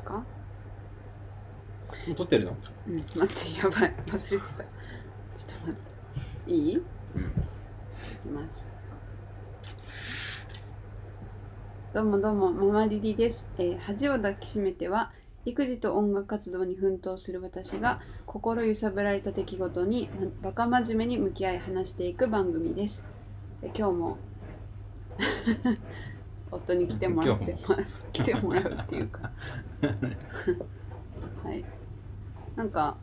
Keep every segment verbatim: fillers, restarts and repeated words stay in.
か？ もう撮ってるの？ うん、待って、やばい、忘れてた。ちょっと待って、いい？うん。いきます。どうもどうも、ママリリです。えー、恥を抱きしめては、育児と音楽活動に奮闘する私が心揺さぶられた出来事にバカ真面目に向き合い話していく番組です。え今日も夫に来てもらってます。来てもらうっていうかはい。なんか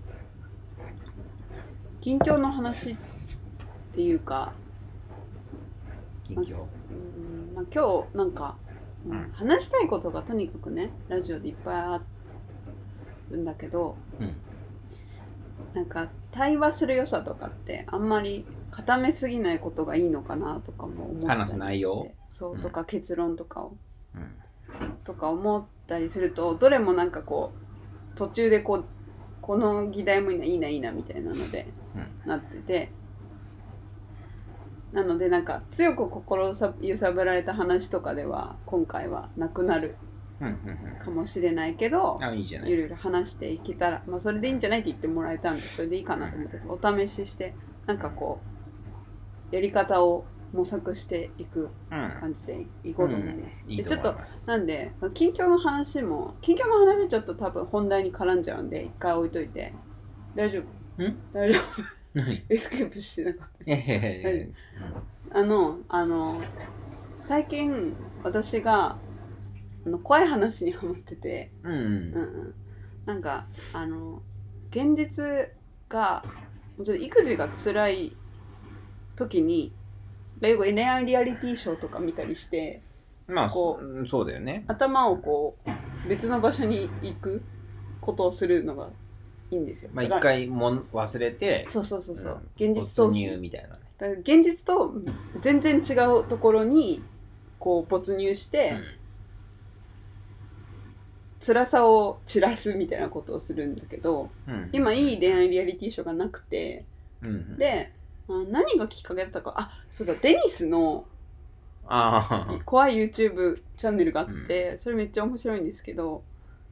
近況の話っていうか、 近況、 まうんまあ、今日なんか、うん、話したいことがとにかくねラジオでいっぱいあるんだけど、うん、なんか対話する良さとかってあんまり固めすぎないことがいいのかなとかも思ったりして、 話す内容そうとか、うん、結論とかを、うん、とか思ったりすると、どれもなんかこう途中でこうこの議題もいいないいないいなみたいなので、うん、なってて、なのでなんか強く心揺さぶられた話とかでは今回はなくなるかもしれないけど、 うんうんうん、いいろいろ話していけたら、まあ、それでいいんじゃないって言ってもらえたんでそれでいいかなと思って、うん、お試ししてなんかこうやり方を模索していく感じでいこうと思います、うんうん、いいと思います。でちょっとなんで近況の話も近況の話ちょっと多分本題に絡んじゃうんで一回置いといて。大丈夫？ん？大丈夫？エスケープしてなかった。いやいやいやいや、あのあの最近私があの怖い話にハマってて、うんうんうんうん、なんかあの現実がちょっと育児が辛い時によく恋愛リアリティショーとか見たりして、 まあこうそうだよね、 頭をこう別の場所に行くことをするのがいいんですよ。 まあ一回も忘れて、 そうそうそうそう、うん、現実逃避没入みたいなね。 だから現実と全然違うところにこう没入して、うん、辛さを散らすみたいなことをするんだけど、うん、今いい恋愛リアリティショーがなくて、うん、で、まあ、何がきっかけだったか、あ、そうだ、デニスの怖い YouTube チャンネルがあって、うん、それめっちゃ面白いんですけど、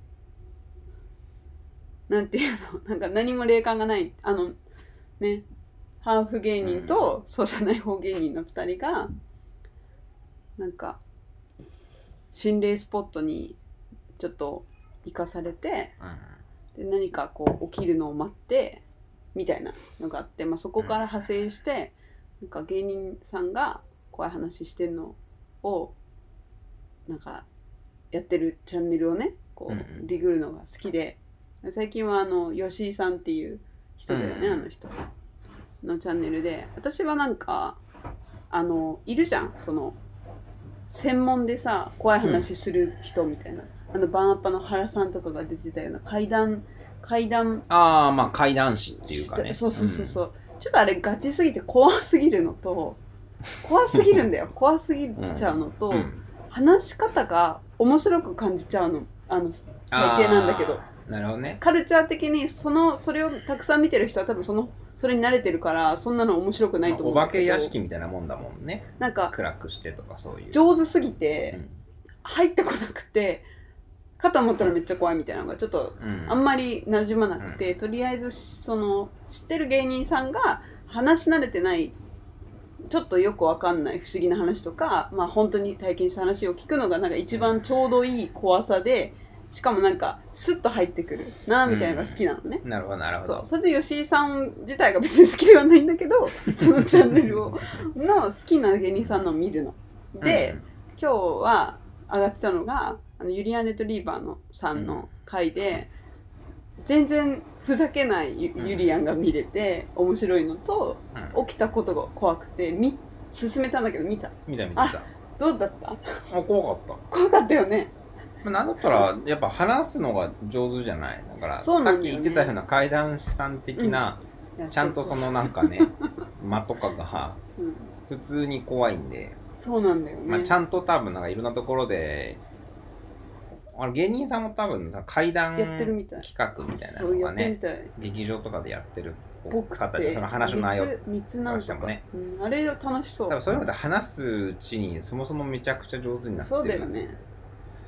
なんていうの、なんか何も霊感がない、あのね、ハーフ芸人とそうじゃない方芸人のふたりがなんか心霊スポットにちょっと行かされて、で何かこう起きるのを待ってみたいなのがあって、まあ、そこから派生してなんか芸人さんが怖い話してるのをなんかやってるチャンネルをねこうディグるのが好きで、最近はあの吉井さんっていう人だよね、あの人のチャンネルで、私はなんかあのいるじゃん、その専門でさ怖い話する人みたいな、うん、あのバンアッパの原さんとかが出てたような怪談怪談ああまあ怪談師っていうかね、 そうそうそうそう、うん、ちょっとあれガチすぎて怖すぎるのと怖すぎるんだよ怖すぎちゃうのと、うん、話し方が面白く感じちゃうの、あの最低なんだけど、 なるほどね、 カルチャー的にそのそれをたくさん見てる人は多分そのそれに慣れてるからそんなの面白くないと思うんだけど、 お化け屋敷みたいなもんだもんね、 なんか暗くしてとかそういう上手すぎて、うん、入ってこなくてかと思ったらめっちゃ怖いみたいなのがちょっとあんまり馴染まなくて、うん、とりあえずその知ってる芸人さんが話し慣れてないちょっとよくわかんない不思議な話とか、まあ本当に体験した話を聞くのがなんか一番ちょうどいい怖さで、しかもなんかスッと入ってくるなみたいなのが好きなのね、 うん、なるほどなるほど。 そうそれで吉井さん自体が別に好きではないんだけどそのチャンネルをの好きな芸人さんのを見るので、うん、今日は上がってたのがあのユリアン・レトリーバーのさんの回で、うん、全然ふざけない ユ,、うん、ユリアンが見れて面白いのと、うん、起きたことが怖くてみ進めたんだけど見た見た見た。あどうだった？あ怖かった怖かったよね。 なんだったらやっぱ話すのが上手じゃない。だからさっき言ってたような怪談師さん的な、うん、ちゃんとそのなんかね間とかが普通に怖いんで、 そうなんだよね、 まあ、ちゃんと多分なんかいろんなところであれ芸人さんも多分さ怪談企画みたいなのがね劇場とかでやってる方でその話の内容としてもね、うん、あれ楽しそう。 多分そういうので話すうちにそもそもめちゃくちゃ上手になってる。 そうだよね。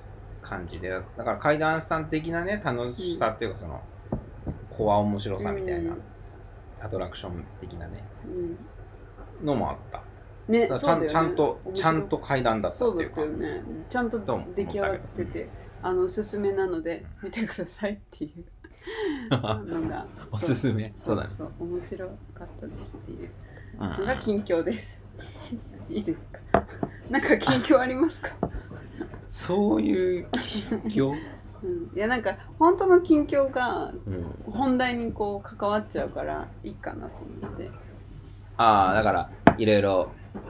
感じで、だから怪談師さん的なね楽しさっていうか、そのコア面白さみたいな、うん、アトラクション的なね、うん、のもあったね。 ちゃん、ね、ちゃんとちゃんと怪談だったっていうか、 そうだったよね。ちゃんと出来上がってて、うん、あのおすすめなので見てくださいっていうのがおすすめ。 そうだね。そう面白かったですっていうのが近況です。いいですか？なんか近況ありますか？ そういう近況？ うん、いやなんか本当の近況が本題にこう関わっちゃうからいいかなと思って。 ああだからいろいろ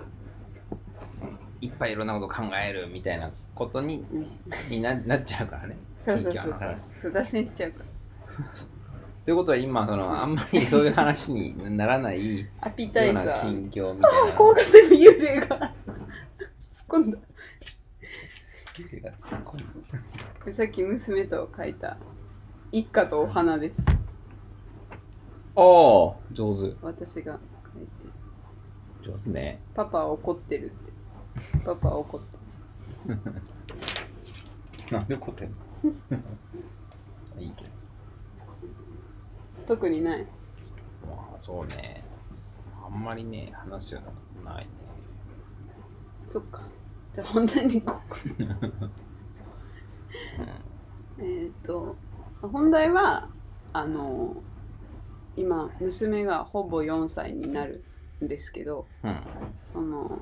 いっぱいいろんなこと考えるみたいなことに、うん、に な, なっちゃうからね。 そうそうそうそう。そう脱線しちゃうから。 ということは今そのあんまりそういう話にならないアピタイザーような近況みたいな。 怖がってる幽霊が突っ込んだ。 幽霊が突っ込んだ。 さっき娘と描いた一家とお花です。ああ上手。 私が描いて上手ね。 パパは怒ってるって。パパは怒ってる。 なんで怒ってんの？いいけど。 特にない。 まあそうね。あんまりね話すようなことないね。 そっか。じゃあ本当に行こうか。うん、えっと本題はあの今娘がほぼよんさいになるんですけど、うん、その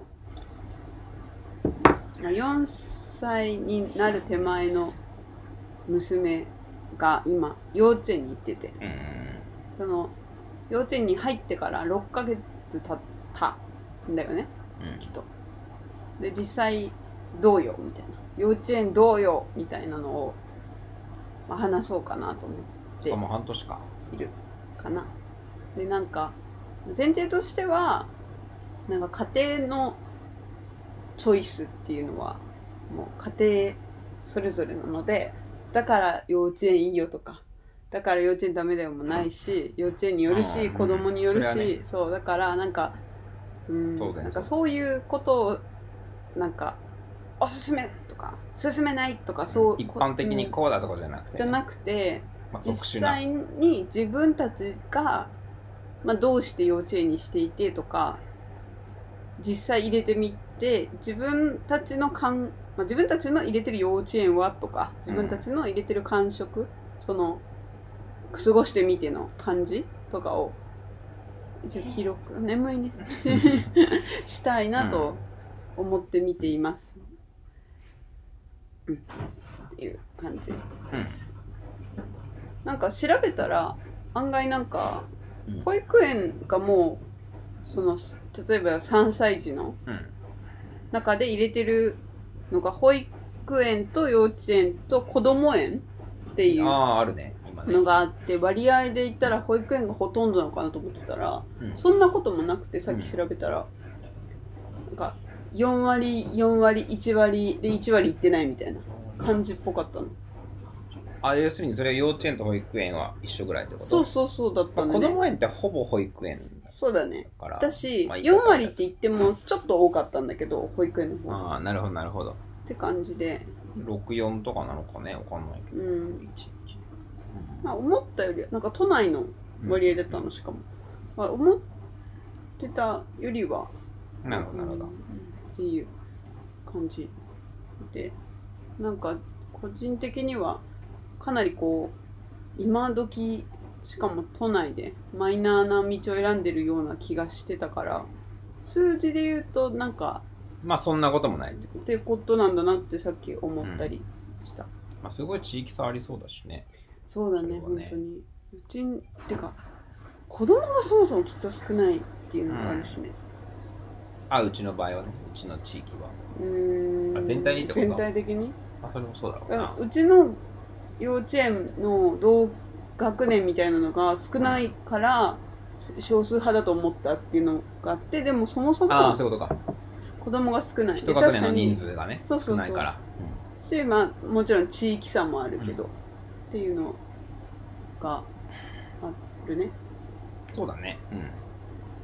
よんさいになる手前の娘が今幼稚園に行ってて、うん、その幼稚園に入ってからろっかげつ経ったんだよね、うん、きっと。で実際どうよみたいな、幼稚園どうよみたいなのを、まあ、話そうかなと思ってしかも半年かいるかな。でなんか前提としてはなんか家庭のチョイスっていうのはもう家庭それぞれなので、だから幼稚園いいよとかだから幼稚園ダメだよもないし、幼稚園によるし子供によるし、うんそね、そうだからなんかうんなんかそういうことをなんかおすすめとか進めないとかそう、 うん、一般的にこうだとかじゃなくて、ね、 じゃなくて、まあ、実際に自分たちが、まあ、どうして幼稚園にしていてとか実際入れてみて自分たちのかん、まあ、自分たちの入れてる幼稚園はとか自分たちの入れてる感触、うん、その過ごしてみての感じとかを一応記録眠いねしたいなと思って見ています、うん、っていう感じです、うん、なんか調べたら案外なんか保育園がもうその例えばさんさい児の中で入れてるのが保育園と幼稚園と子ども園っていうのがあって割合で言ったら保育園がほとんどなのかなと思ってたら、うん、そんなこともなくてさっき調べたら、うん、なんかよんわりよんわりいちわりでいちわりいってないみたいな感じっぽかったの。 あ要するにそれは幼稚園と保育園は一緒ぐらいってこと？ そうそうそうだったんだね。子供園ってほぼ保育園そうだね。だし、まあ、よんわりって言ってもちょっと多かったんだけど保育園の方ああなるほどなるほどって感じでろくじゅうよんとかなのかねわかんないけど、うんまあ、思ったよりなんか都内の割合だったのしかも、まあ、思ってたよりはなるほどなるほど、うん、 っていう感じでなんか個人的にはかなりこう今時しかも都内でマイナーな道を選んでるような気がしてたから数字で言うとなんかまあそんなこともないってことなんだなってさっき思ったりした、うんまあ、すごい地域差ありそうだしね。 そうだね、本当にうちんてか子供がそもそもきっと少ないっていうのがあるしね、 うん、あうちの場合はねうちの地域はうーんあ全体にってこと全体的にあそれもそうだろうなうちの幼稚園の同学年みたいなのが少ないから少数派だと思ったっていうのがあってでもそもそもあそういうことか子供が少ない一学年の人数がねそうそうそう少ないから、 うん、し、まあ、もちろん地域差もあるけど、うん、っていうのがあるねそうだね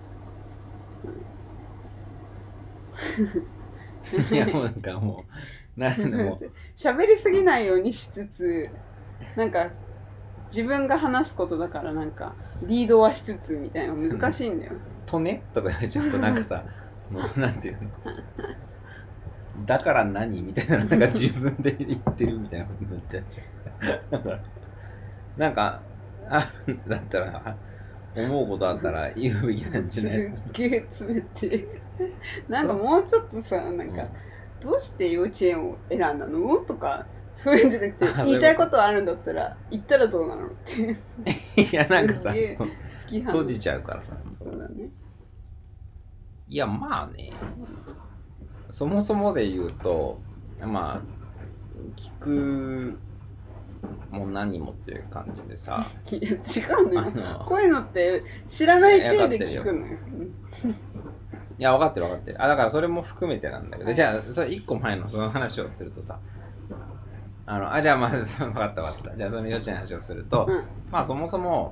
うん、うん、いやもうなんかもうなんでも喋りすぎないようにしつつなんか自分が話すことだからなんかリードはしつつみたいなの難しいんだよ。 とねとか言われちゃうとなんかさもうなんていうのだから何みたいななんか自分で言ってるみたいなことになっちゃうなんかあだったら思うことあったら言うべきなんじゃないですか。 すっげえ詰めてなんかもうちょっとさなんか、うん、どうして幼稚園を選んだのとかそういうんじゃなくて言いたいことあるんだったら言ったらどうなのっていやなんかさ好き閉じちゃうからさ。 そうだね。 いやまあねそもそもで言うとまあ聞くもう何もっていう感じでさいや違うのよこういうのって知らない体で聞くのよいや分かってる分かってるあだからそれも含めてなんだけど、はい、じゃあそれいっこまえのその話をするとさあのあじゃあまず分かった分かったじゃあその幼稚園の話をすると、うん、まあそもそも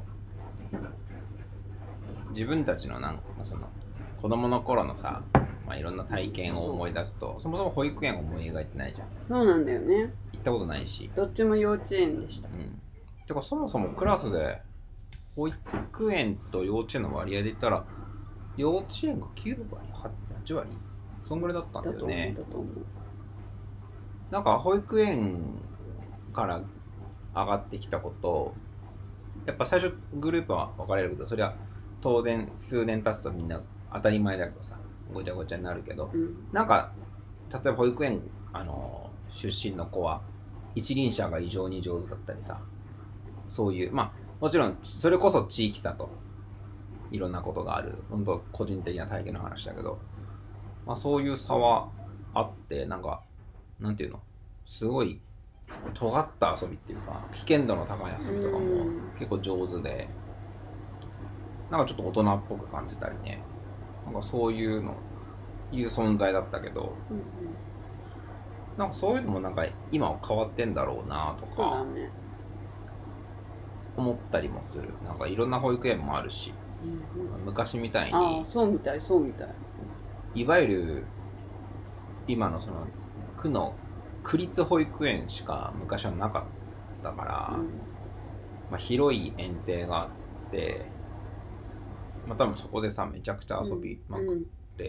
自分たちのなんかその子供の頃のさまあいろんな体験を思い出すと そ, そもそも保育園を思い描いてないじゃん。 そうなんだよね。 行ったことないしどっちも幼稚園でした。 うんてかそもそもクラスで保育園と幼稚園の割合で言ったら幼稚園がきゅうわりはちわりそんぐらいだったんだよね。 だと思う。 なんか保育園から上がってきたことやっぱ最初グループは分かれるけどそれは当然数年経つとみんな当たり前だけどさごちゃごちゃになるけど、うん、なんか例えば保育園あの出身の子は一輪車が異常に上手だったりさそういうまあもちろんそれこそ地域差といろんなことがある本当個人的な体験の話だけど、まあ、そういう差はあってなんかなんていうのすごい尖った遊びっていうか危険度の高い遊びとかも結構上手でなんかちょっと大人っぽく感じたりねなんかそういうのいう存在だったけど、うんうん、なんかそういうのもなんか今は変わってんだろうなとかそうだね思ったりもする。なんかいろんな保育園もあるし、うんうん、昔みたいにああそうみたいそうみたいいわゆる今のその区の区立保育園しか昔はなかったから、うんまあ、広い園庭があってまあ多分そこでさめちゃくちゃ遊びまくって、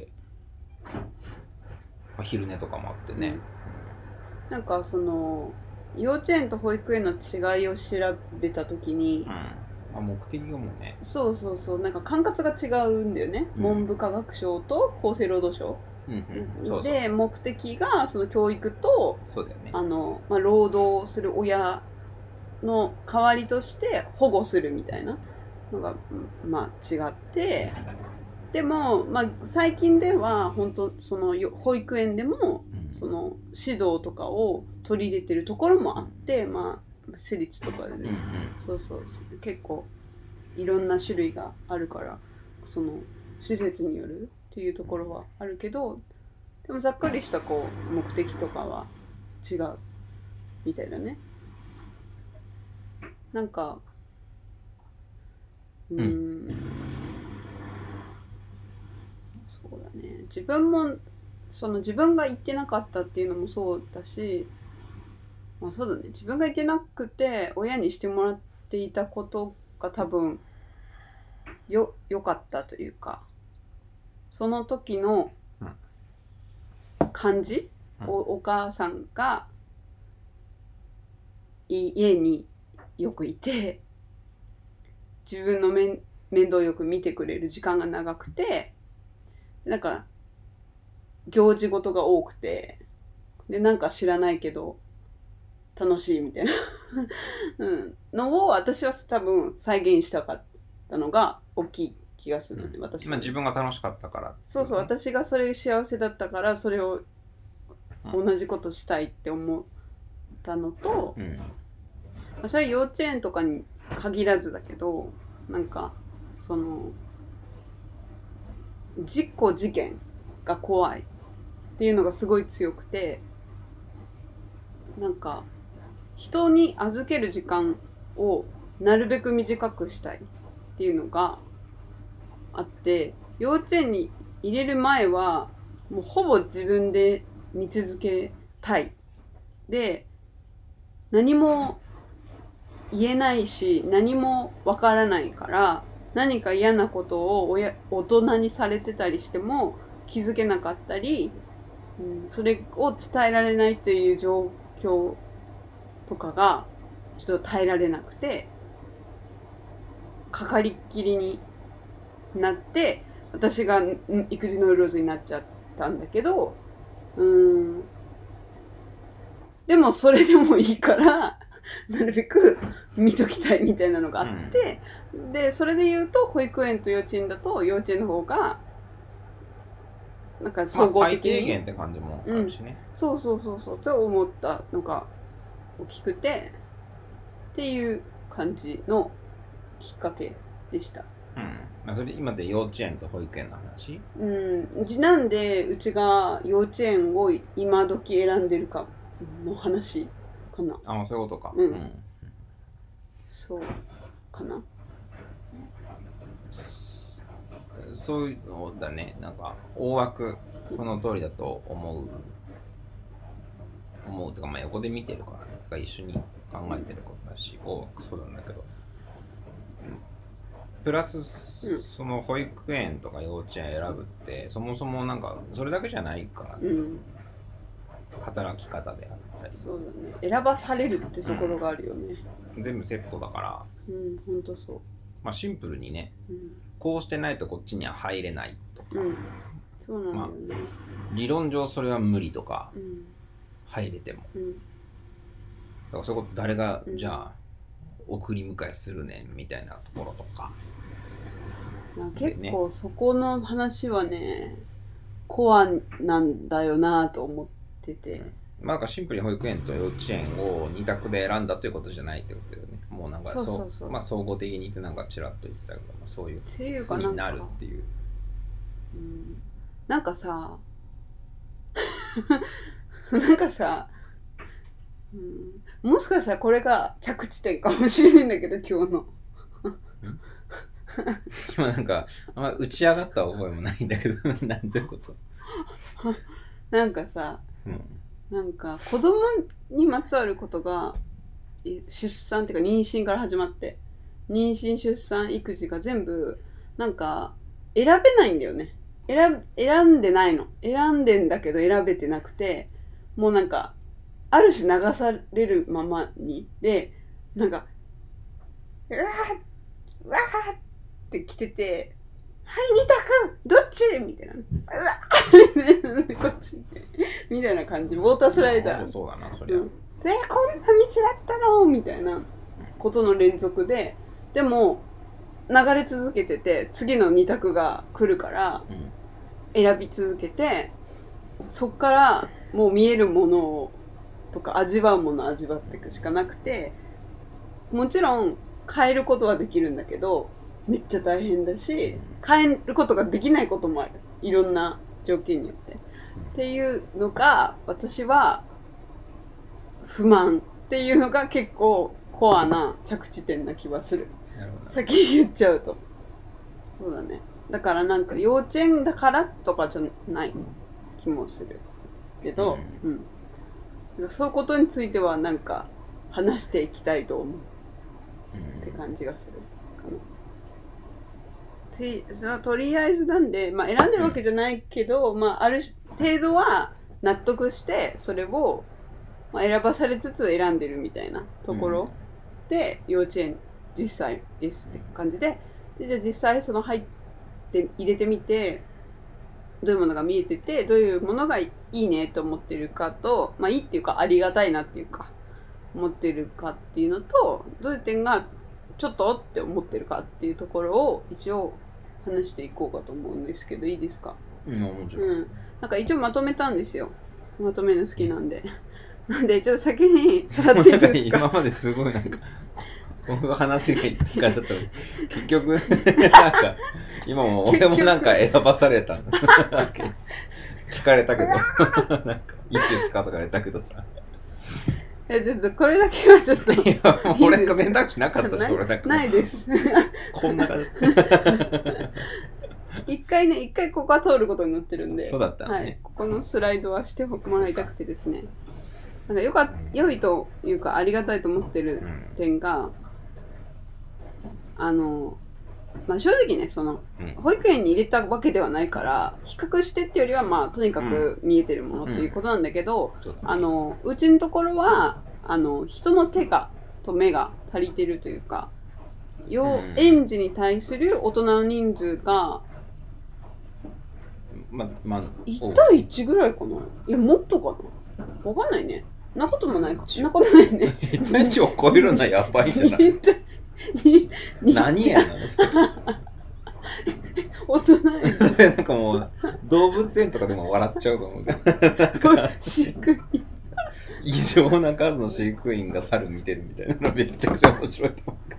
うんうんまあ、昼寝とかもあってね、 うん、なんかその幼稚園と保育園の違いを調べたときに、うんまあ、目的がもうねそうそうそうなんか管轄が違うんだよね、うん、文部科学省と厚生労働省、うんうん、そうそうで目的がその教育とそうだよ、ねあのまあ、労働する親の代わりとして保護するみたいなのが、まあ、違ってでも、まあ、最近では本当その保育園でもその指導とかを取り入れてるところもあって、まあ、私立とかで、ね、そうそう結構いろんな種類があるからその施設によるっていうところはあるけどでもざっくりしたこう目的とかは違うみたいだね。なんかうーん、うん、そうだね自分もその自分が行ってなかったっていうのもそうだしまあそうだね自分が行ってなくて親にしてもらっていたことが多分よ良かったというかその時の感じ、うん、お, お母さんが家によくいて自分の面面倒よく見てくれる時間が長くてなんか行事事が多くてでなんか知らないけど楽しいみたいな、うん、のを私は多分再現したかったのが大きい気がするので、うん、私今自分が楽しかったから、ね、 そうそう私がそれ幸せだったからそれを同じことしたいって思ったのと、うん、それは幼稚園とかに限らずだけどなんかその事故事件が怖いっていうのがすごい強くてなんか人に預ける時間をなるべく短くしたいっていうのがあって幼稚園に入れる前はもうほぼ自分で見続けたいで何も言えないし何もわからないから何か嫌なことを親大人にされてたりしても気づけなかったり、うん、それを伝えられないっていう状況とかがちょっと耐えられなくてかかりっきりになって私が育児ノイローゼになっちゃったんだけど、うーんでもそれでもいいからなるべく見ときたいみたいなのがあって、うん、でそれで言うと保育園と幼稚園だと幼稚園の方がなんか総合的に、 まあ、最低限って感じもあるしね、 うん、そうそうそうそうと思ったのが大きくてっていう感じのきっかけでした。 うん、それ今で幼稚園と保育園の話？ うん、なんでうちが幼稚園を今時選んでるかの話かな。 ああ、そういうことか。 うん。うん、そうかな。 そういうのだね。なんか大枠この通りだと思う。思うとかまあ横で見てるからね。が一緒に考えてることだし、大枠そうなんだけど。プラス、うん、その保育園とか幼稚園選ぶってそもそもなんかそれだけじゃないからね、うん、働き方であったりそうだね選ばされるってところがあるよね、 うん、全部セットだからうんほんとそうまあシンプルにね、うん、こうしてないとこっちには入れないとか、うん、 そうなんだよね、まあ、 理論上それは無理とか、うん、入れても、うん、だからそこ誰が、うん、じゃあ送り迎えするねんみたいなところとかまあ、結構そこの話はねコアなんだよなと思ってて、 まあなんかシンプルに保育園と幼稚園を二択で選んだということじゃないってことだよね。もうなんかそうそうそうまあ総合的に言ってなんかちらっと言ってたけど、まあ、そういうふうになるっていう。 うん、なんかさなんかさ、うん、もしかしたらこれが着地点かもしれないんだけど今日の今なんかあんま打ち上がった覚えもないんだけどなんてことなんかさ、うん、なんか子供にまつわることが出産っていうか妊娠から始まって妊娠出産育児が全部なんか選べないんだよね。選選んでないの選んでんだけど選べてなくてもうなんかある種流されるままにでなんかうわーうわーって来ててはい二択どっちみたいなうわこっちみたいな感じウォータースライダーそうだなそりゃ、うん、 でこんな道だったのみたいなことの連続ででも流れ続けてて次の二択が来るから選び続けてそっからもう見えるものをとか味わうものを味わっていくしかなくてもちろん変えることはできるんだけどめっちゃ大変だし変えることができないこともあるいろんな条件によってっていうのが私は不満っていうのが結構コアな着地点な気はする先に言っちゃうとそうだねだからなんか幼稚園だからとかじゃない気もするけど、うん、うん、そういうことについてはなんか話していきたいと思うって感じがするかな。とりあえずなんで、まあ、選んでるわけじゃないけど、まあ、ある程度は納得してそれを選ばされつつ選んでるみたいなところで、幼稚園実際ですって感じで、でじゃあ実際その入って入れてみてどういうものが見えててどういうものがいいねと思ってるかと、まあいいっていうかありがたいなっていうか思ってるかっていうのとどういう点がちょっとって思ってるかっていうところを一応話していこうかと思うんですけどいいですか？ うん、もちろん。 うん。なんか一応まとめたんですよ。まとめるの好きなんで。なんでちょっと先にさらっていいですか？ 今まですごいなんか僕が話がいっぱいだったのに結局なんか今も俺もなんか選ばされたの聞かれたけどなんかいいですかとか言われたけどさえちょっとこれだけはちょっといやもう俺が選択肢なかったし俺なんかないですこんな感じ一回ね一回ここは通ることになってるんでそうだったね、 はい、ここのスライドはしてもらいたくてですねなんかよか良いというかありがたいと思ってる点が、うん、あの、まあ、正直ねその、うん、保育園に入れたわけではないから比較してっていうよりはまあとにかく見えてるものっていうことなんだけど、うんうん、あのうちのところはあの人の手がと目が足りてるというか、幼園児に対する大人の人数がまま、 いち対いちぐらいかな。いやもっとかな、わかんないね。なこともないか。なことないね。 いち対いちを超えるのはやばいじゃない。何やのそれ。 大人やそれなんかもう動物園とかでも笑っちゃうと思うけど。 飼育員。 異常な数の飼育員が猿見てるみたいなのめちゃくちゃ面白いと思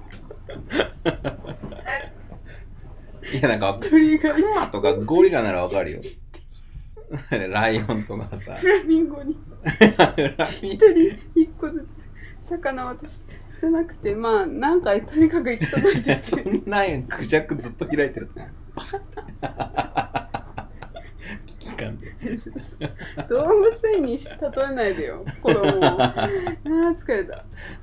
う。いやなんかクマとかゴリラならわかるよ。ライオンとかさ。 フラミンゴに一人一個ずつ魚渡して。じゃなくてまあなんかとにかく行き届いてそんなんクジャクずっと開いてる危機感で動物園に例えないでよ子供をあー疲れた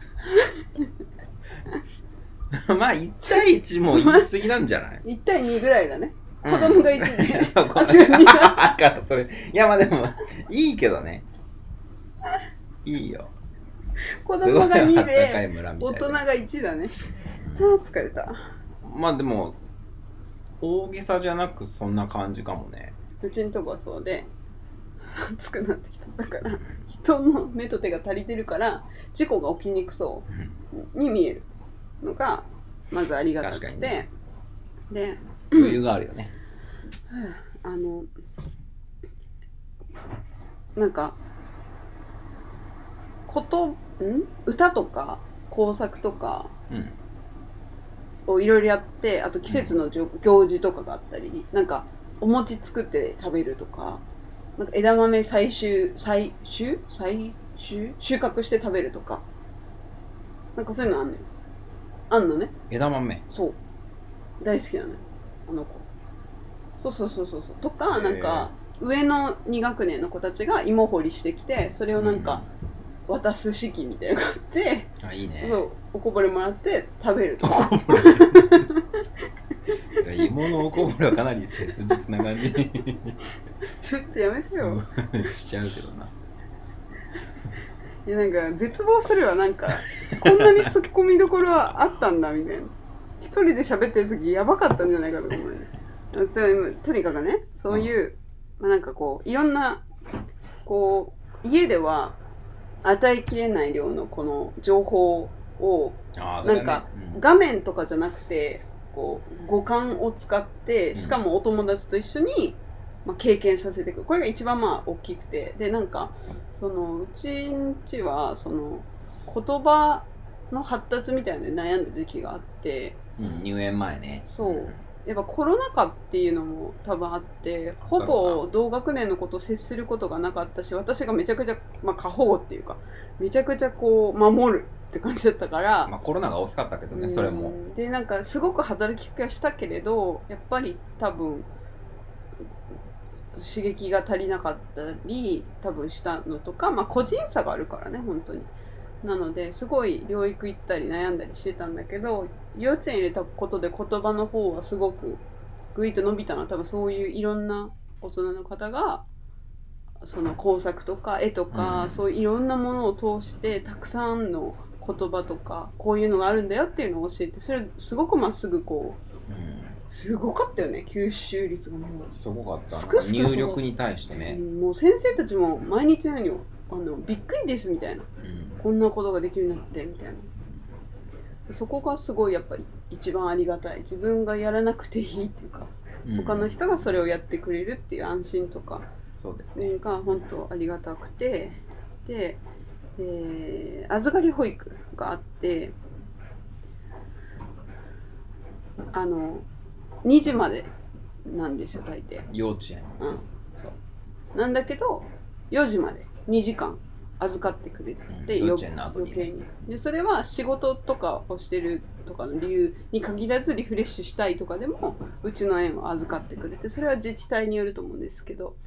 まあいち対いちも言い過ぎなんじゃない、 いち対にぐらいだね、うん、子供がいちで、ね、 そうあ違うにだからそれいやまあでもいいけどね、いいよ、 子供がにで大人がいちだね。あー疲れた。 まあでも大げさじゃなくそんな感じかもね。 うちのとこはそうで暑くなってきた。だから人の目と手が足りてるから事故が起きにくそうに見えるのがまずありがたくて、ね、で余裕があるよね。 あのなんかことん歌とか工作とかをいろいろやって、あと季節の行事とかがあったり、なんかお餅作って食べるとか、なんか枝豆採集採集採集収穫して食べるとか、なんかそういうのあんのよ。あんのね。 枝豆。 そう。大好きなのよあの子。そうそうそうそうそうとか、なんか上のに学年の子たちが芋掘りしてきて、それをなんか、うん、渡す式みたいなのがあって、 あ、いいね。 そうおこぼれもらって食べるとか。 おこぼれ芋のおこぼれはかなり切実な感じちょっとやめてよしちゃうけどな。 いやなんか絶望するわ、なんかこんなに突っ込みどころはあったんだみたいな。一人で喋ってる時やばかったんじゃないかと思うね。とにかくね、そういう、まあ、なんかこういろんなこう家では与えきれない量のこの情報を、なんか画面とかじゃなくてこう五感を使って、しかもお友達と一緒に、まあ、経験させていく。これが一番まあ大きくて、でなんかそのうちんちはその言葉の発達みたいなので悩んだ時期があって、 うん、入園前ね。 そうやっぱコロナ禍っていうのも多分あって、ほぼ同学年の子と接することがなかったし、私がめちゃくちゃ、まあ、過保護っていうかめちゃくちゃこう守るって感じだったから、 まあ、コロナが大きかったけどね、それもでなんかすごく働きかけはしたけれど、やっぱり多分刺激が足りなかったり多分したのとか、まあ個人差があるからね本当に。なのですごい療育行ったり悩んだりしてたんだけど、幼稚園入れたことで言葉の方はすごくグイッと伸びたのは、多分そういういろんな大人の方がその工作とか絵とか、うん、そういういろんなものを通してたくさんの言葉とかこういうのがあるんだよっていうのを教えて、それすごくまっすぐこう、うん、すごかったよね、吸収率がもうすごかった。すくすく入力に対してね、 もう先生たちも毎日のようにあのびっくりですみたいな、うん、こんなことができるようになってみたいな。そこがすごいやっぱり一番ありがたい。自分がやらなくていいっていうか、うん、他の人がそれをやってくれるっていう安心とかが本当ありがたくて、で、えー、預かり保育があって、あのにじまでなんですよ大抵。 幼稚園。 うん、そうなんだけどよじまでにじかん預かってくれて、 うん、幼稚園の後に、 余計にで、それは仕事とかをしてるとかの理由に限らずリフレッシュしたいとかでもうちの園は預かってくれて、それは自治体によると思うんですけど、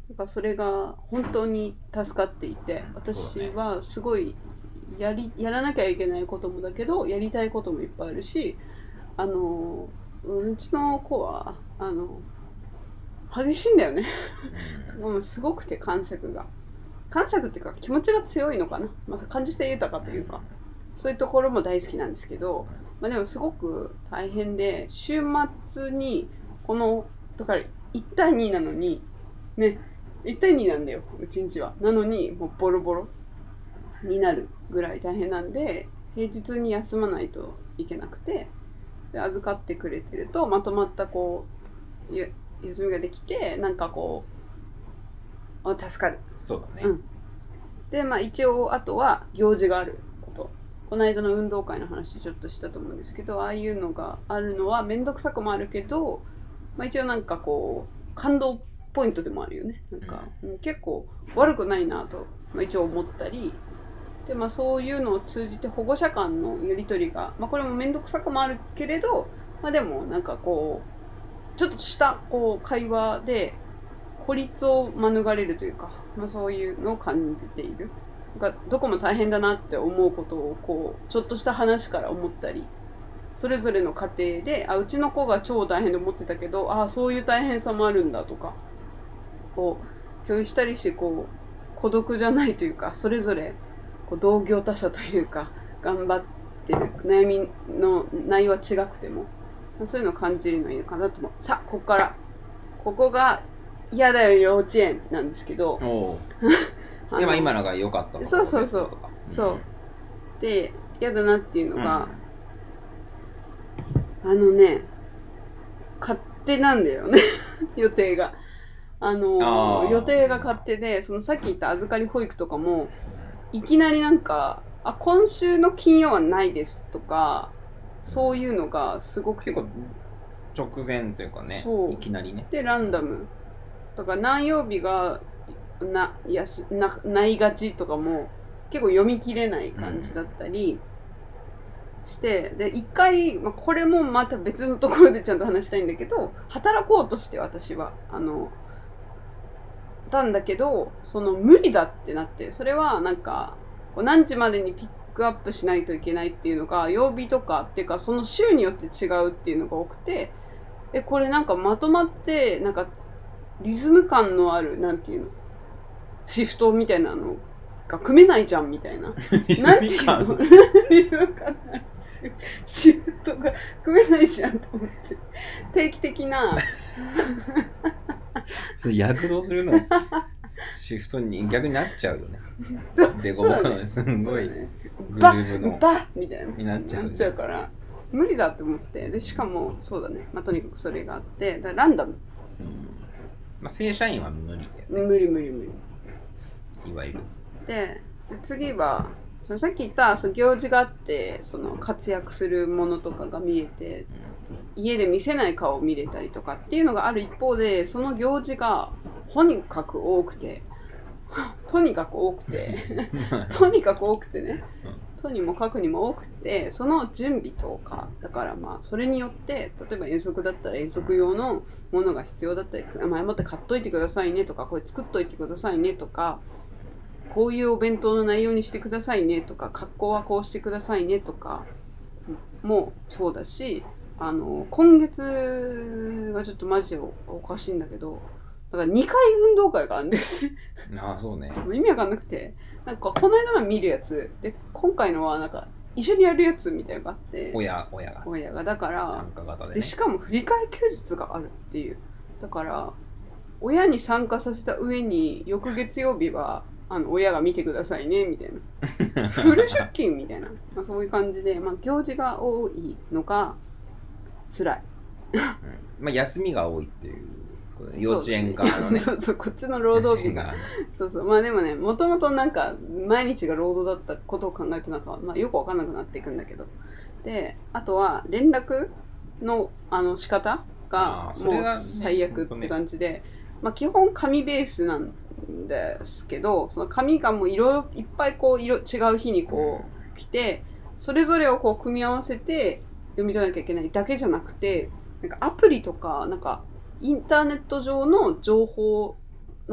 だからそれが本当に助かっていて、私はすごいやりやらなきゃいけないこともだけど、やりたいこともいっぱいあるし、あのうちの子はあの激しいんだよねもうすごくて、感触が感触っていうか気持ちが強いのかな、まあ、感受性豊かというか、そういうところも大好きなんですけど、まあ、でもすごく大変で、週末にこのだからいち対になのにね、いち対になんだようちんちは。なのにもうボロボロになるぐらい大変なんで、平日に休まないといけなくて、で預かってくれてるとまとまったこう休みができて、なんかこう助かる。 そうだね、うん、 でまあ一応あとは行事があること、この間の運動会の話ちょっとしたと思うんですけど、ああいうのがあるのは面倒くさくもあるけど、まあ、一応なんかこう感動ポイントでもあるよね。なんか、うん、結構悪くないなと、まあ、一応思ったりで、まあ、そういうのを通じて保護者間のやり取りが、まあ、これも面倒くさくもあるけれど、まあ、でもなんかこうちょっとしたこう会話で孤立を免れるというか、まあ、そういうのを感じている。がどこも大変だなって思うことをこうちょっとした話から思ったり、それぞれの家庭で、あうちの子が超大変で思ってたけど、あそういう大変さもあるんだとかこう共有したりして、こう孤独じゃないというか、それぞれこう同業他社というか頑張ってる悩みの内容は違くても、そういうのを感じるのいいのかなと思う。さあここからここが嫌だよ幼稚園なんですけどでも今のが良かったのそうそうそう、うん、そうで嫌だなっていうのが、うん、あのね勝手なんだよね予定があのあ予定が勝手で、そのさっき言った預かり保育とかもいきなりなんかあ今週の金曜はないですとか、そういうのがすごく結構直前というかね、いきなりね。 でランダムだから何曜日がなやす な, ないがちとかも結構読み切れない感じだったりして、うん、で一回、まあ、これもまた別のところでちゃんと話したいんだけど、働こうとして私はあのたんだけど、その無理だってなって、それはなんか何時までにピックアップしないといけないっていうのが曜日とかっていうかその週によって違うっていうのが多くて、えこれなんかまとまってなんかリズム感のあるなんていうのシフトみたいなのが組めないじゃんみたいななんていうのリズム感のあるシフトが組めないじゃんと思って、定期的なそれ躍動するのシフトに逆になっちゃうよね。でこぼこのすんごいグルーブのバッみたいなになっちゃう、 ね、なっちゃうから無理だって思って、でしかもそうだね、まあ、とにかくそれがあって、だランダム、うんまあ、正社員は無理だよね。 無理無理無理いわゆるで, で次はそのさっき言ったその行事があって、その活躍するものとかが見えて、うん、家で見せない顔を見れたりとかっていうのがある一方で、その行事がとにかく多くてとにかく多くてとにかく多くてね、とにもかくにも多くて、その準備とかだからまあそれによって例えば遠足だったら遠足用のものが必要だったり、前もって買っといてくださいねとか、これ作っといてくださいねとか、こういうお弁当の内容にしてくださいねとか、格好はこうしてくださいねとかもそうだし、あの今月がちょっとマジで お, おかしいんだけど、だからにかい運動会があるんですああそうね、 意味わかんなくて、なんかこの間の見るやつで今回のはなんか一緒にやるやつみたいなのがあって、 親親が親がだから参加型で、ね、 でしかも振り替え休日があるっていう、だから親に参加させた上に翌月曜日はあの親が見てくださいねみたいなフル出勤みたいな、まあ、そういう感じで、まあ、行事が多いのが辛い、 うん、まあ休みが多いっていう幼稚園側のねそうそう、こっちの労働日がそうそう、まあでもね、もともとなんか毎日が労働だったことを考えるとなんか、まあ、よく分かんなくなっていくんだけど、であとは連絡のあの仕方がもう最悪って感じで、ね、まあ基本紙ベースなんですけど、その紙がもう色いっぱいこう色違う日にこう来て、それぞれをこう組み合わせて読み取らなきゃいけないだけじゃなくて、なんかアプリとかなんかインターネット上の情報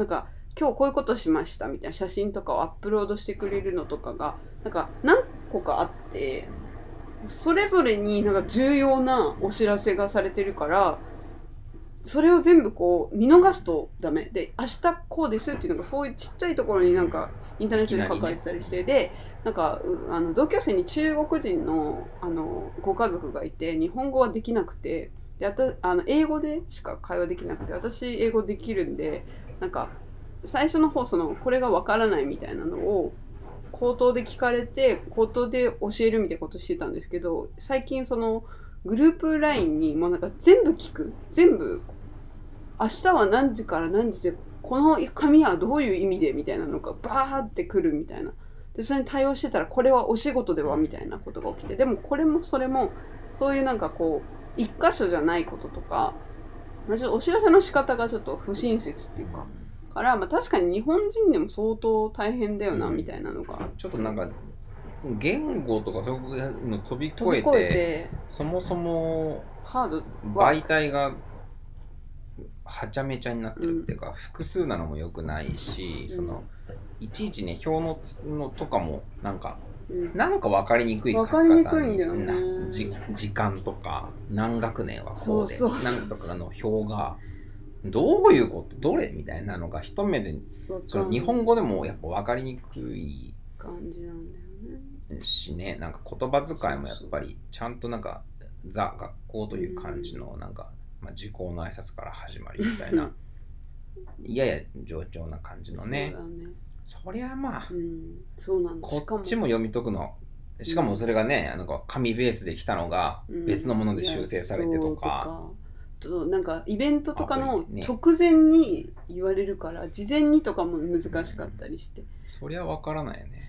なんか今日こういうことしましたみたいな写真とかをアップロードしてくれるのとかがなんか何個かあって、それぞれになんか重要なお知らせがされてるから、それを全部こう見逃すとダメで、明日こうですっていうのがそういうちっちゃいところになんかインターネットで書かれてたりして、でなんかあの同級生に中国人のあのご家族がいて、日本語はできなくて、であたあの英語でしか会話できなくて、私英語できるんで、なんか最初の方そのこれがわからないみたいなのを口頭で聞かれて口頭で教えるみたいなことしてたんですけど、最近そのグループ ライン にもうなんか全部聞く、全部明日は何時から何時でこの紙はどういう意味でみたいなのがバーってくるみたいな、でそれに対応してたらこれはお仕事ではみたいなことが起きて、でもこれもそれもそういうなんかこう一箇所じゃないこととか、お知らせの仕方がちょっと不親切っていうかから、まあ、確かに日本人でも相当大変だよなみたいなのが、うん、 ちょっとなんか言語とかそういうの飛び越えて、飛び越えてそもそもハード媒体がはちゃめちゃになってるっていうか、うん、複数なのも良くないし、うん、そのいちいちね表ののとかもなんか、うん、なんか分かりにくい書き方に、分かりにくいんだよね。じ時間とか何学年はこうで何とかの表がどういうことどれみたいなのが一目でその日本語でもやっぱ分かりにくい感じなんだよねしね、なんか言葉遣いもやっぱりちゃんとなんかザ学校という感じのなんか、まあ、時効の挨拶から始まりみたいなやや冗長な感じのね。そうだね。そりゃまあ、 うん、そうなんだ。 こっちも読み解くの、しかもそれがね、うん、なんか紙ベースで来たのが別のもので修正されてとか、 うん、なんかイベントとかの直前に言われるから、事前にとかも難しかったりして、うん、 そりゃわからないよね。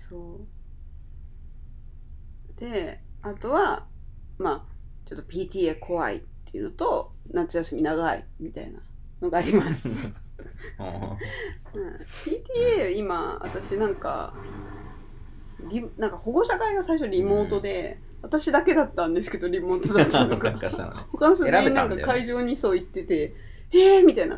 そうで、あとはまあちょっと ピーティーエー 怖いっていうのと、夏休み長いみたいなのがあります、うん、ピーティーエー 今私なんかリなんか保護者会が最初リモートで、うん、私だけだったんですけどリモートだったのが他の人全員なんか会場にそう行ってて、えーみたいになって、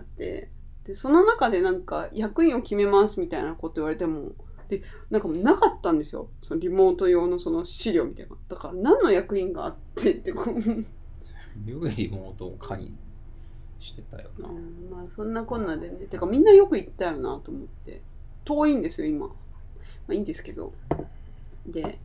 でその中でなんか役員を決めますみたいなこと言われても、でなんかもうなかったんですよ、そのリモート用のその資料みたいな。だから何の役員があってってこうよくリモートを会議してたよな、 うん、まあそんなこんなでね、てかみんなよく行ったよなと思って。遠いんですよ今、まあいいんですけど、で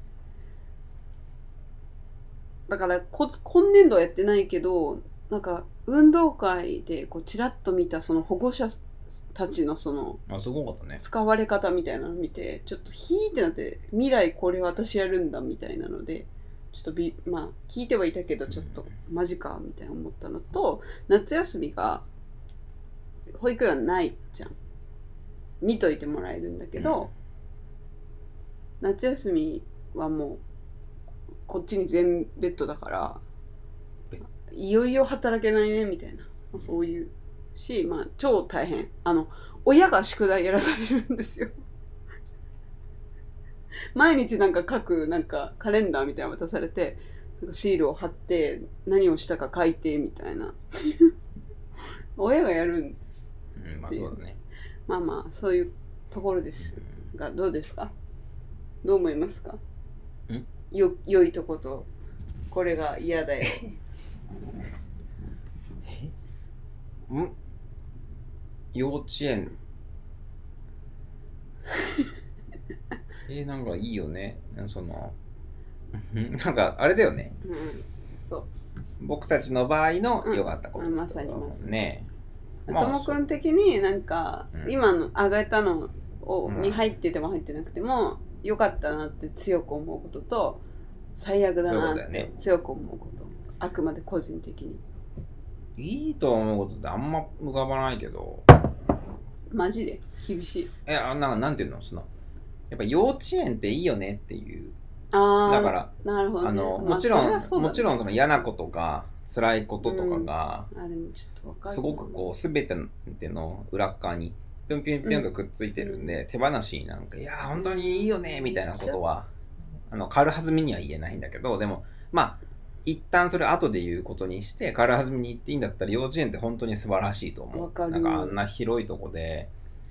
だからこ今年度はやってないけど、なんか運動会でこうちらっと見たその保護者たちのその使われ方みたいなのを見て、ちょっとヒーってなって、未来これ私やるんだみたいなのでちょっとびまあ聞いてはいたけどちょっとマジかみたいな思ったのと、夏休みが保育園ないじゃん、見といてもらえるんだけど、うん、夏休みはもうこっちに全ベッドだからいよいよ働けないねみたいな、まあ、そういうし、まあ超大変、あの親が宿題やらされるんですよ毎日なんか書くなんかカレンダーみたいなの渡されて、なんかシールを貼って何をしたか書いてみたいな親がやるんで、 うん、まあそうだね、 まあまあそういうところですが、どうですか、どう思いますか、んよ良いとことこれが嫌だよえん幼稚園えー、なんかいいよね、そのなんかあれだよね、 うん、そう僕たちの場合の良かったこと、 うん、まさにまさにね。 ともくん的になんか、うん、今の上げたのを、うん、に入ってても入ってなくても良かったなって強く思うことと、最悪だなって強く思うこと、ね、あくまで個人的にいいと思うことってあんま浮かばないけど、 マジで厳しい。 いや、なんかなんていうの、そのやっぱ幼稚園っていいよねっていう。 あだからなるほど、ね、 あのもちろん、まあね、もちろんその嫌なことが辛いこととかが、 うん、あでもちょっとわかる、 すごくこう全ての裏側にピョンピョンピョンとくっついてるんで、うん、手放しになんかいや本当にいいよねみたいなことはあの軽はずみには言えないんだけど、でもまあ一旦それ後で言うことにして軽はずみに言っていいんだったら幼稚園って本当に素晴らしいと思う。なんかあんな広いとこで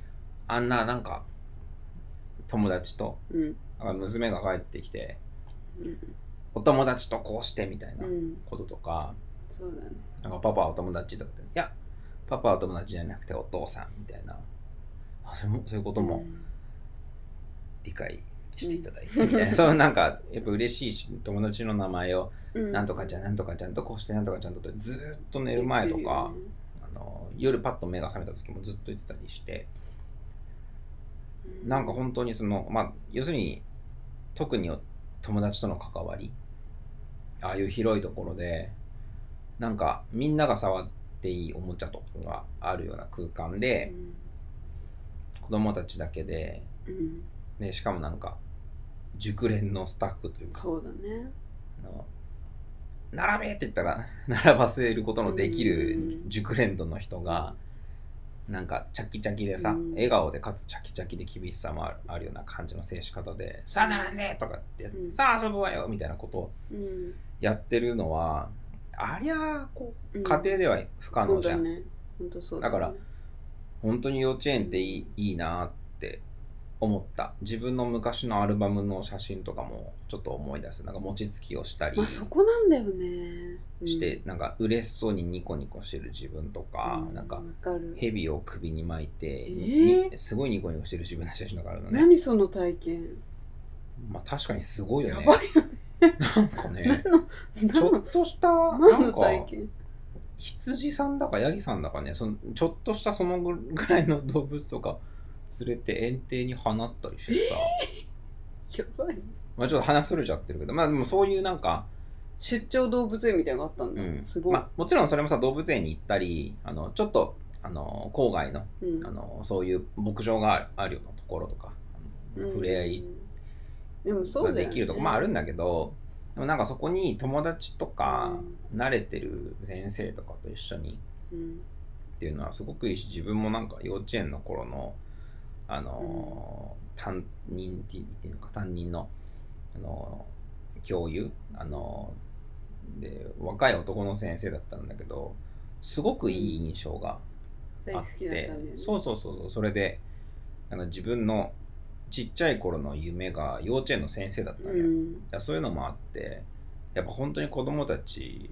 あんななんか友達と、 うん、 娘が帰ってきて、 うん、 お友達とこうしてみたいなこととか、 うん、そうだね。 なんかパパはお友達とかって、いやパパはお友達じゃなくてお父さんみたいな、それもそういうことも理解していただいてみたいな、うん、そうなんかやっぱ嬉しいし、友達の名前をなんとかちゃんなんとかちゃんとこうしてなんとかちゃんとってずっと寝る前とか、ね、あの夜パッと目が覚めた時もずっと言ってたりして、うん、なんか本当にそのまあ要するに特に友達との関わり、ああいう広いところでなんかみんなが触っていいおもちゃとかがあるような空間で、うん、子供たちだけで、うん、でしかもなんか熟練のスタッフというか、 そうだね、 の並べって言ったら並ばせることのできる熟練度の人が、うん、なんかチャキチャキでさ、うん、笑顔でかつチャキチャキで厳しさもある、あるような感じの接し方で、さあ並んでとかってやって、うん、さあ遊ぶわよみたいなことをやってるのは、ありゃこう家庭では不可能じゃん、うん、そうだね、本当そうだね、だから本当に幼稚園っていい、いいなって思った。自分の昔のアルバムの写真とかもちょっと思い出す。なんか餅つきをしたり、 まあ、そこなんだよね、 して、うん、なんか嬉しそうにニコニコしてる自分とか、うん、なんか蛇を首に巻いて、えー、すごいニコニコしてる自分の写真とかあるのね。 何その体験。 まあ確かにすごいよね。 やばいよね。 なんかね、ちょっとしたなんか羊さんだかヤギさんだかね、そのちょっとしたそのぐらいの動物とか連れて園庭に放ったりしてさ、 えー、やばい。 まあちょっと話それちゃってるけど、まあでもそういうなんか出張動物園みたいなのがあったんだ、うん、すごい、 まあ、もちろんそれもさ動物園に行ったり、あのちょっとあの郊外の、うん、あのそういう牧場があるようなところとか、うん、触れ合いができるとこもあるんだけど、でもなんかそこに友達とか、うん、慣れてる先生とかと一緒に、うん、っていうのはすごくいいし、自分もなんか幼稚園の頃のあの、うん、担任っていうのか担任のあの教諭あので若い男の先生だったんだけど、すごくいい印象があって、うんね、そうそうそうそれでなんか自分のちっちゃい頃の夢が幼稚園の先生だったのよ、うん、だそういうのもあって、やっぱ本当に子供たち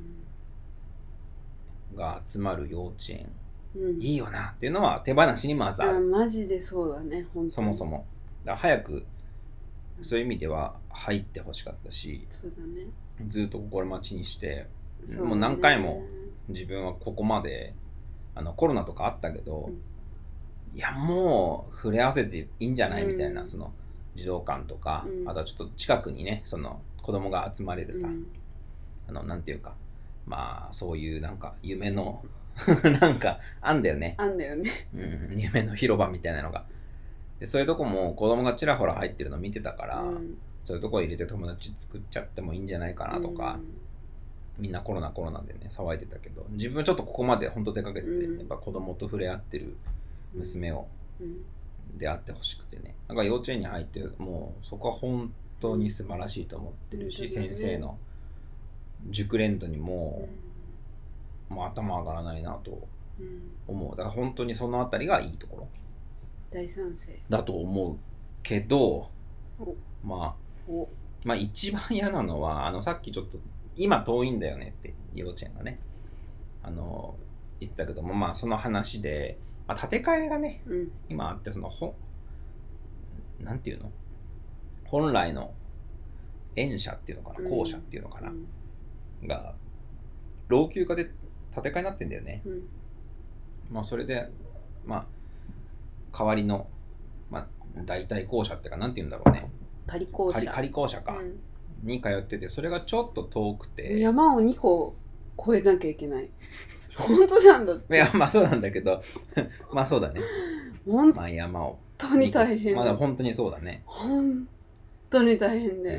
が集まる幼稚園、うん、いいよなっていうのは手放しにまずある。 あ、マジでそうだね、本当にそもそもだから早くそういう意味では入ってほしかったし、 そうだね、 ずっと心待ちにして、ね、もう何回も自分はここまであのコロナとかあったけど、うん、いやもう触れ合わせていいんじゃない、うん、みたいな、その児童館とか、うん、あとはちょっと近くにねその子供が集まれるさ、うん、あのなんていうかまあそういうなんか夢のなんかあんだよねあんだよね、 うん、夢の広場みたいなのがで、そういうとこも子供がちらほら入ってるの見てたから、うん、そういうとこ入れて友達作っちゃってもいいんじゃないかなとか、うん、みんなコロナコロナでね騒いでたけど、自分はちょっとここまで本当出かけて、うん、やっぱ子供と触れ合ってる娘を出会ってほしくてね、なんか幼稚園に入ってもうそこは本当に素晴らしいと思ってるし、うん、先生の熟練度にも、うん、もう頭上がらないなと思う。だから本当にそのあたりがいいところ大賛成だと思うけど、まあまあ一番嫌なのはあのさっきちょっと今遠いんだよねって幼稚園がねあの言ってたけども、まあその話で、まあ、建て替えがね、うん、今あって、そのほなんていうの本来の園舎っていうのかな、校舎っていうのかな、うん、が老朽化で建て替えになってんだよね、うん、まあそれでまあ代わりの、まあ、代替校舎っていうかなんていうんだろうね、 仮校舎仮、仮校舎か、うん、に通ってて、それがちょっと遠くて山をにこ越えなきゃいけない本当じゃんだって。 いやまあそうなんだけどまあそうだね、 本山を当に大変だ、まあ本当にそうだね、 本当に大変で、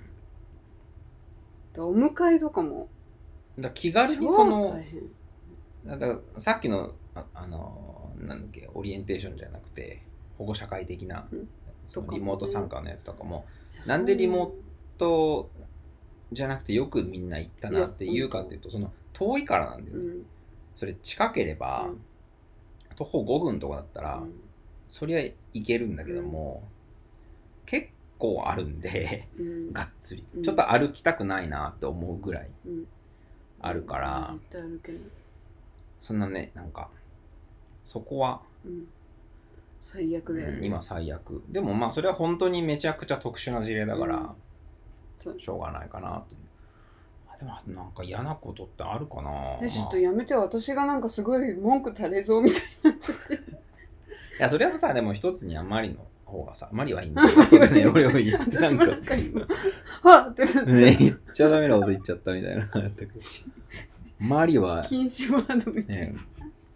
うん、お迎えとかもだ気軽にその超大変だからさっきの あ, あのなんだっけオリエンテーションじゃなくて保護社会的な、うん、そのリモート参加のやつとかも、なんでリモートじゃなくてよくみんな行ったなって言うかっていうと、その遠いからなんだよね、うん、それ近ければ、うん、徒歩ごふんとかだったら、うん、 そりゃいけるんだけども、うん、結構あるんで、うん、がっつり、うん、ちょっと歩きたくないなって思うぐらいあるから、 うん、絶対歩けない。 そんなね、なんかそこは、うん、 最悪だよね、 うん、今最悪。でもまあそれは本当にめちゃくちゃ特殊な事例だから、うん、しょうがないかなと。でもなんか嫌なことってあるかな。 え、ちょっとやめて、私がなんかすごい文句垂れそうみたいになっちゃっていやそれはさ、でも一つにはマリの方がさ、マリはいいんだよそれね、俺を言って私もなんか今はっってなって、 ね、言っちゃダメなこと言っちゃったみたいなマリは禁止ワードみたいな、ね、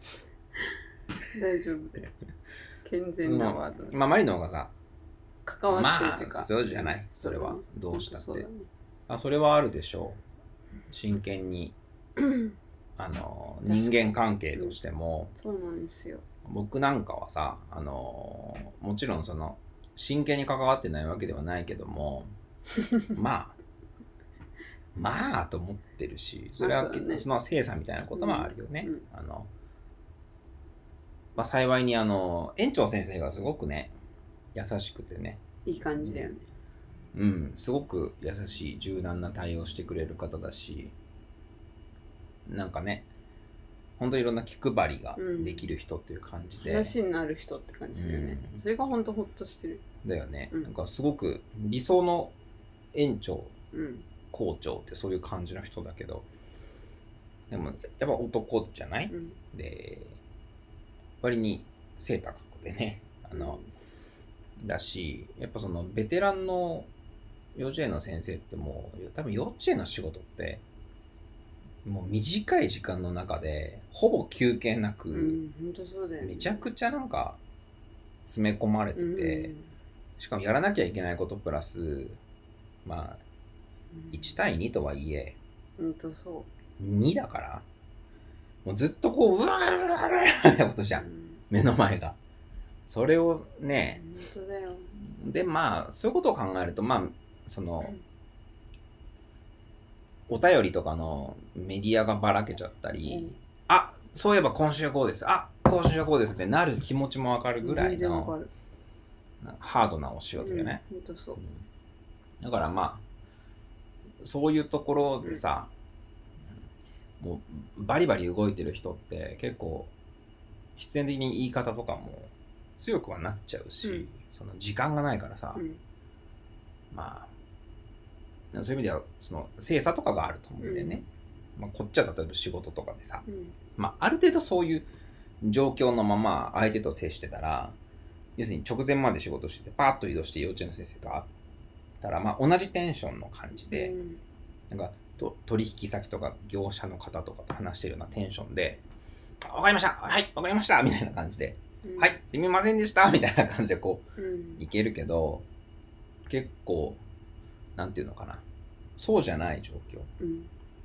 大丈夫だよ、健全なワード。 まあマリの方がさ関わってるっていうか、 まあそうじゃない、それはどうしたって、ね、あ、それはあるでしょう。真剣にあの人間関係としても、 うん、そうなんですよ。 僕なんかはさ、あのもちろんその真剣に関わってないわけではないけどもまあまあと思ってるし、それは結構その精査みたいなこともあるよね、うんうん、あのまあ、幸いにあの園長先生がすごくね優しくてね、 いい感じだよね。 うん、すごく優しい柔軟な対応してくれる方だし、なんかね本当にいろんな気配りができる人っていう感じで、 うん、話になる人って感じだよね、うん、それが本当ホッとしてるだよね、うん、なんかすごく理想の園長、うん、校長ってそういう感じの人だけど、でもやっぱ男じゃない、うん、で割に背高くてね、あの、うん、だし、やっぱそのベテランの幼稚園の先生ってもう多分幼稚園の仕事ってもう短い時間の中でほぼ休憩なく、うん、 本当そうだよね、 めちゃくちゃなんか詰め込まれてて、うん、しかもやらなきゃいけないことプラスまあいち対にとはいえ、 本当そうにだからもうずっとこううわーうわーうわーってことじゃん、うん、目の前がそれをね、 本当だよ。 でまあそういうことを考えるとまあその、うん、お便りとかのメディアがばらけちゃったり、うん、あ、そういえば今週はこうです、あ、今週はこうですってなる気持ちもわかるぐらいのハードなお仕事よね、 うん、本当そう、うん、 だからまあそういうところでさ、うん、もうバリバリ動いてる人って結構必然的に言い方とかも強くはなっちゃうし、うん、その時間がないからさ、うん、まあそういう意味ではその精査とかがあると思うんだよね、うん、まあ、こっちは例えば仕事とかでさ、うん、まあ、ある程度そういう状況のまま相手と接してたら、要するに直前まで仕事しててパーッと移動して幼稚園の先生と会ったら、まあ、同じテンションの感じで、うん、なんかと取引先とか業者の方とかと話してるようなテンションで、わかりました、はいわかりましたみたいな感じで、うん、はいすみませんでしたみたいな感じでこう、うん、いけるけど、結構なんていうのかな、そうじゃない状況、うん、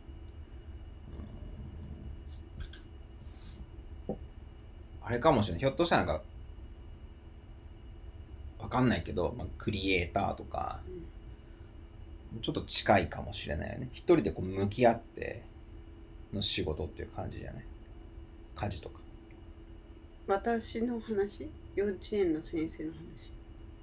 あれかもしれない、ひょっとしたらなんかわかんないけど、まあ、クリエイターとか、うん、ちょっと近いかもしれないよね。一人でこう向き合っての仕事っていう感じじゃない、家事とか。 私の話、幼稚園の先生の話、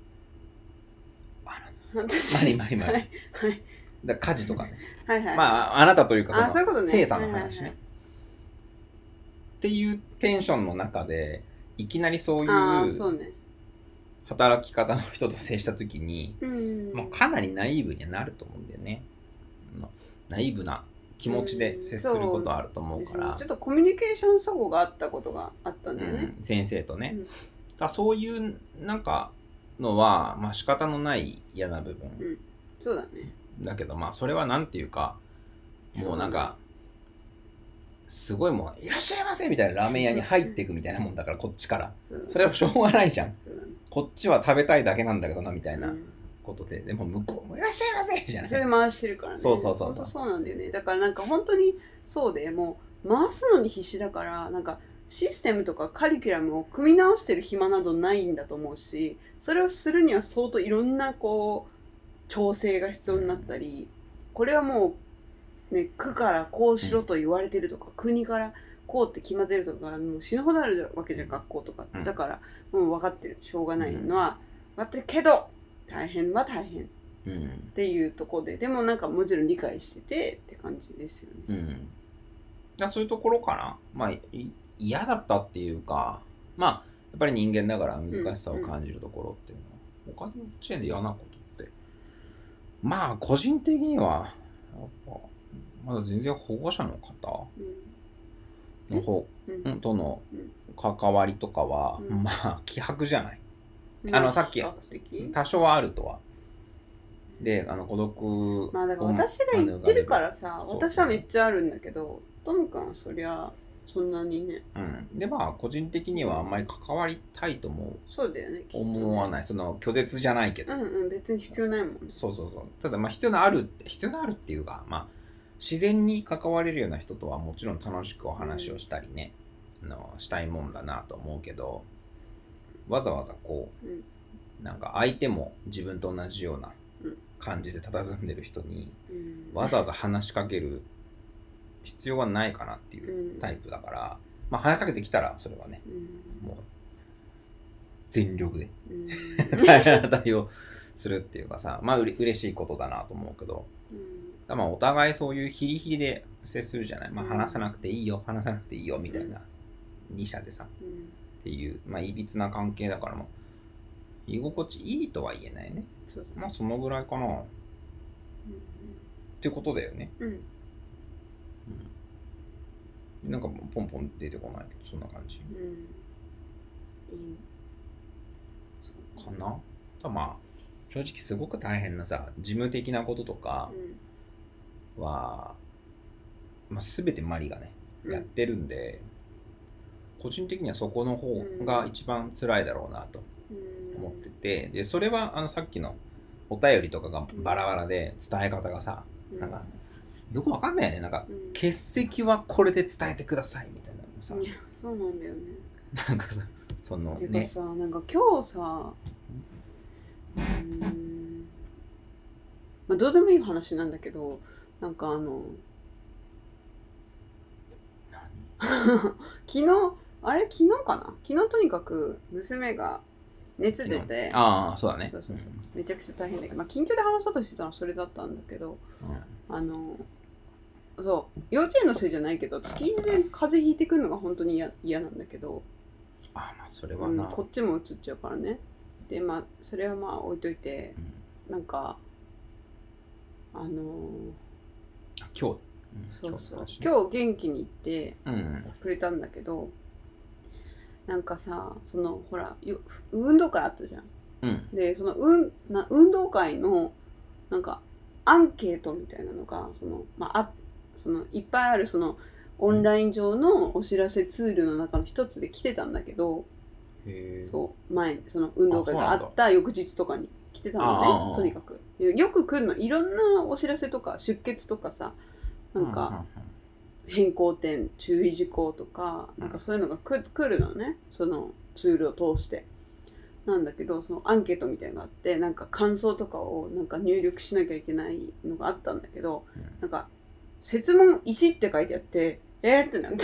マリマリマリ、はいはい、だ家事とかねはい、はい、 まああなたというかその精査の話ね、はいはいはい、っていうテンションの中でいきなりそういう働き方の人と接した時に、まあ、かなりナイーブにはなると思うんだよね。ナイーブな気持ちで接することあると思うから、 うん、ちょっとコミュニケーション齟齬があったことがあったんだよね、 うん、先生とね、うん、だそういうなんかのは、まあ、仕方のない嫌な部分、 うん、そうだね。 だけどまあそれはなんていうか、もうなんかすごいもういらっしゃいませみたいなラーメン屋に入っていくみたいなもんだからこっちからそれはしょうがないじゃん、こっちは食べたいだけなんだけどなみたいなことで、でも向こうもいらっしゃいませじゃない、 それで回してるからね。 そうそうそうそう、 本当そうなんだよね。だからなんか本当にそうで、もう回すのに必死だから、なんかシステムとかカリキュラムを組み直してる暇などないんだと思うし、それをするには相当いろんなこう調整が必要になったり、これはもう、ね、区からこうしろと言われてるとか、国からこうって決まってるとかもう死ぬほどあるわけじゃん学校とかって、うん、だからもう分かってるしょうがないのは分かってるけど大変は大変っていうところで、でもなんかもちろん理解しててって感じですよね。 うん、だそういうところかな。まあ嫌だったっていうか、まあやっぱり人間だから難しさを感じるところっていうのは、うんうん、他の幼稚園で嫌なことってまあ個人的にはやっぱまだ全然保護者の方の方、うん、との関わりとかは、うん、まあ希薄じゃない、うん、あのさっき多少はあるとはであの孤独まあだから私が言ってるからさ私はめっちゃあるんだけどトム君はそりゃそんなにね、 うん、でまあ個人的にはあんまり関わりたいともそうだよね思わない、その拒絶じゃないけど、 うんうん別に必要ないもんね。 そうそうそうただまあ必要のある必要のあるっていうかまあ自然に関われるような人とはもちろん楽しくお話をしたりね、うん、のしたいもんだなと思うけどわざわざこう、うん、なんか相手も自分と同じような感じで佇んでる人に、うん、わざわざ話しかける必要はないかなっていうタイプだから、うん、まあ話しかけてきたらそれはね、うん、もう全力で、うん、対応するっていうかさまあうれ嬉しいことだなと思うけど、うん、まあお互いそういうヒリヒリで接するじゃない、まあ、話さなくていいよ話さなくていいよみたいなに社でさ、うん、っていうまあいびつな関係だからも居心地いいとは言えないね。そうまあそのぐらいかな、うん、ってことだよね、うんうん、なんかポンポン出てこないけどそんな感じ、うん、いいかな。まあ正直すごく大変なさ事務的なこととかは、うんまあ、全てマリがねやってるんで、うん、個人的にはそこの方が一番辛いだろうなと思ってて、でそれはあのさっきのお便りとかがバラバラで伝え方がさ、うん、なんかよくわかんないよねなんか、うん、欠席はこれで伝えてくださいみたいなのさ、 いやそうなんだよねなんかさそのてかさ、ね、なんか今日さうーんまあどうでもいい話なんだけどなんかあの昨日あれ昨日かな昨日とにかく娘が熱出てああそうだねそうそうそう、うん、めちゃくちゃ大変だけど、まあ、緊急で話そうとしてたのはそれだったんだけど、うん、あのそう幼稚園のせいじゃないけど月いちで風邪ひいてくるのが本当に嫌嫌なんだけどあまあそれはな、 うん、こっちもうつっちゃうからねでまあそれはまあ置いといて、うん、なんかあのー、 今日、うん、 そうそう今日元気に行ってくれたんだけど、うん、なんかさそのほら運動会あったじゃん、うん、でその運な運動会のなんかアンケートみたいなのがその、まあ、あそのいっぱいあるそのオンライン上のお知らせツールの中の一つで来てたんだけど、へそう前その運動会があった翌日とかに来てたのねとにかくよく来るのいろんなお知らせとか出欠とかさなんか変更点注意事項とかなんかそういうのが来るのねそのツールを通してなんだけどそのアンケートみたいなのがあってなんか感想とかをなんか入力しなきゃいけないのがあったんだけど、うん、なんか設問いちって書いてあってえー、ってなって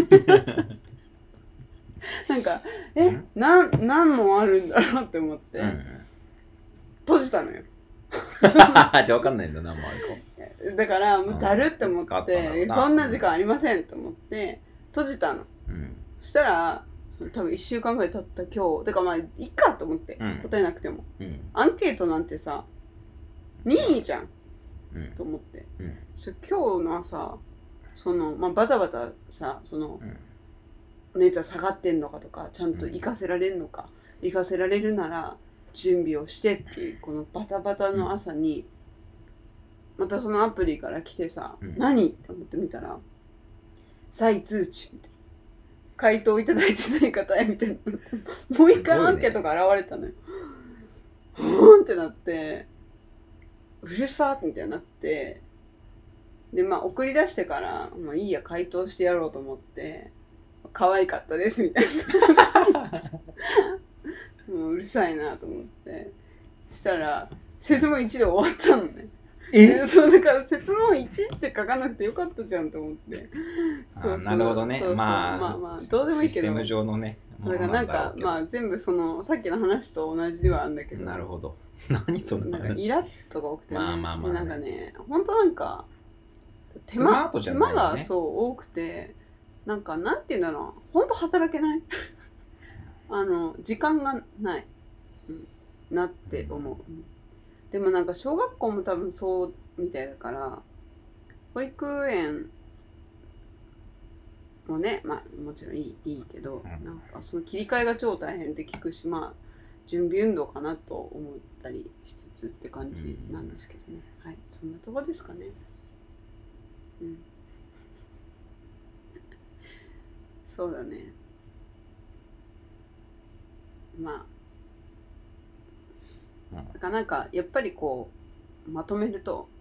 なんかえな何問あるんだろうって思って、うん、閉じたのよじゃあ分かんないんだ何問あるかだからもうだるって思って、うん、そんな時間ありませんと思って閉じたの、うん、そしたらその多分いっしゅうかんぐらい経った今日だからまあいいかと思って、うん、答えなくても、うん、アンケートなんてさ任意じゃん、うん、と思って、うん、そ今日の朝その、まあ、バタバタさその、うん、熱は下がってんのかとかちゃんと行かせられるのか、うん、行かせられるなら準備をしてっていうこのバタバタの朝に、うん、またそのアプリから来てさ、うん、何って思ってみたら再通知みたいな回答いただいてない方へみたいなもう一回アンケートが現れたのよ、ね、ふーんってなってうるさーみたいになってでまあ送り出してからまあいいや回答してやろうと思って可愛かったですみたいなもううるさいなと思ってしたら説問いちで終わったのねえそうだから設問いちって書かなくてよかったじゃんと思って。 そうそうなるほどね。そうそうまあまあまあどうでもいいけど。システム上のね。 だからなんかまあ全部そのさっきの話と同じではあるんだけど。 なるほど。何その話。 なんかイラッとが多くて、ね、 まあまあまあ、ね、 なんかね本当なんか手間、ね、手間がそう多くてなんかなんていうんだろう本当働けないあの時間がない、うん、なって思う、うん、でもなんか小学校も多分そうみたいだから保育園もねまあもちろんいい、いいけど、うん、なんかその切り替えが超大変って聞くしまあ準備運動かなと思ったりしつつって感じなんですけどね、うん、はいそんなとこですかね。うんそうだねまあだからなんかやっぱりこうまとめると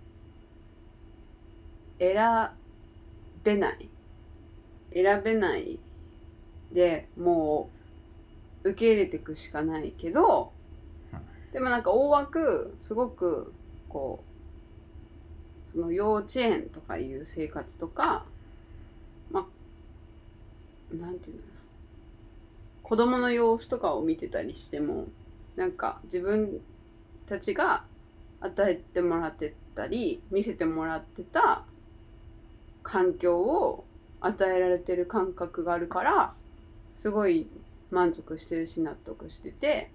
選べない選べないでもう受け入れていくしかないけどでもなんか大枠すごくこうその幼稚園とかいう生活とかまあなんていうのかな子供の様子とかを見てたりしてもなんか自分たちが与えてもらってたり見せてもらってた環境を与えられてる感覚があるからすごい満足してるし納得してて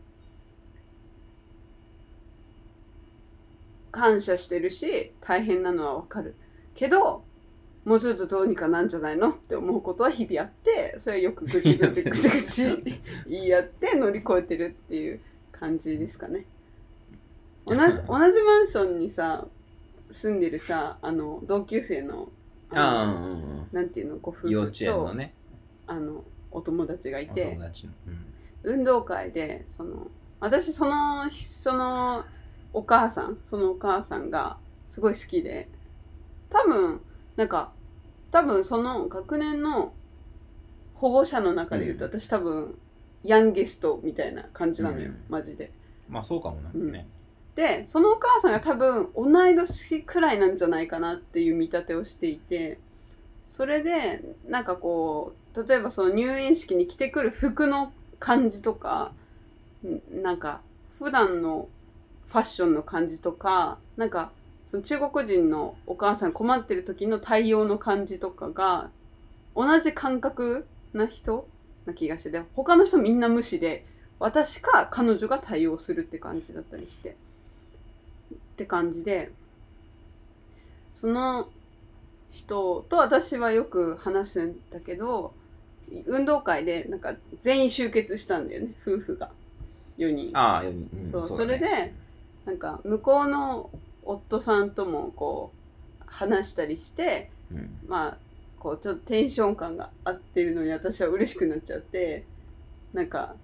感謝してるし大変なのはわかるけどもうちょっとどうにかなんじゃないのって思うことは日々あってそれはよくぐちぐちぐちぐち言い合って乗り越えてるっていう感じですかね。同じ同じマンションにさ住んでるさあの同級生のあのあ、うんうん、なんていうのご夫婦と幼稚園のねあのお友達がいて、お友達の、うん、運動会でその私そのそのお母さんそのお母さんがすごい好きで多分なんか多分その学年の保護者の中で言うと、うん、私多分ヤンゲストみたいな感じなのよ、うん、マジで。 まあそうかもな、うん、ね。 でそのお母さんが多分同い年くらいなんじゃないかなっていう見立てをしていてそれでなんかこう例えばその入園式に着てくる服の感じとかなんか普段のファッションの感じとかなんかその中国人のお母さん困ってる時の対応の感じとかが同じ感覚な人な気がしてて他の人みんな無視で私か彼女が対応するって感じだったりしてって感じでその人と私はよく話すんだけど運動会でなんか全員集結したんだよね夫婦がよにん。 ああよにん、うん、 そう、そうだね、それでなんか向こうの夫さんともこう話したりして、うん、まあこうちょっとテンション感が合ってるのに私は嬉しくなっちゃってなんか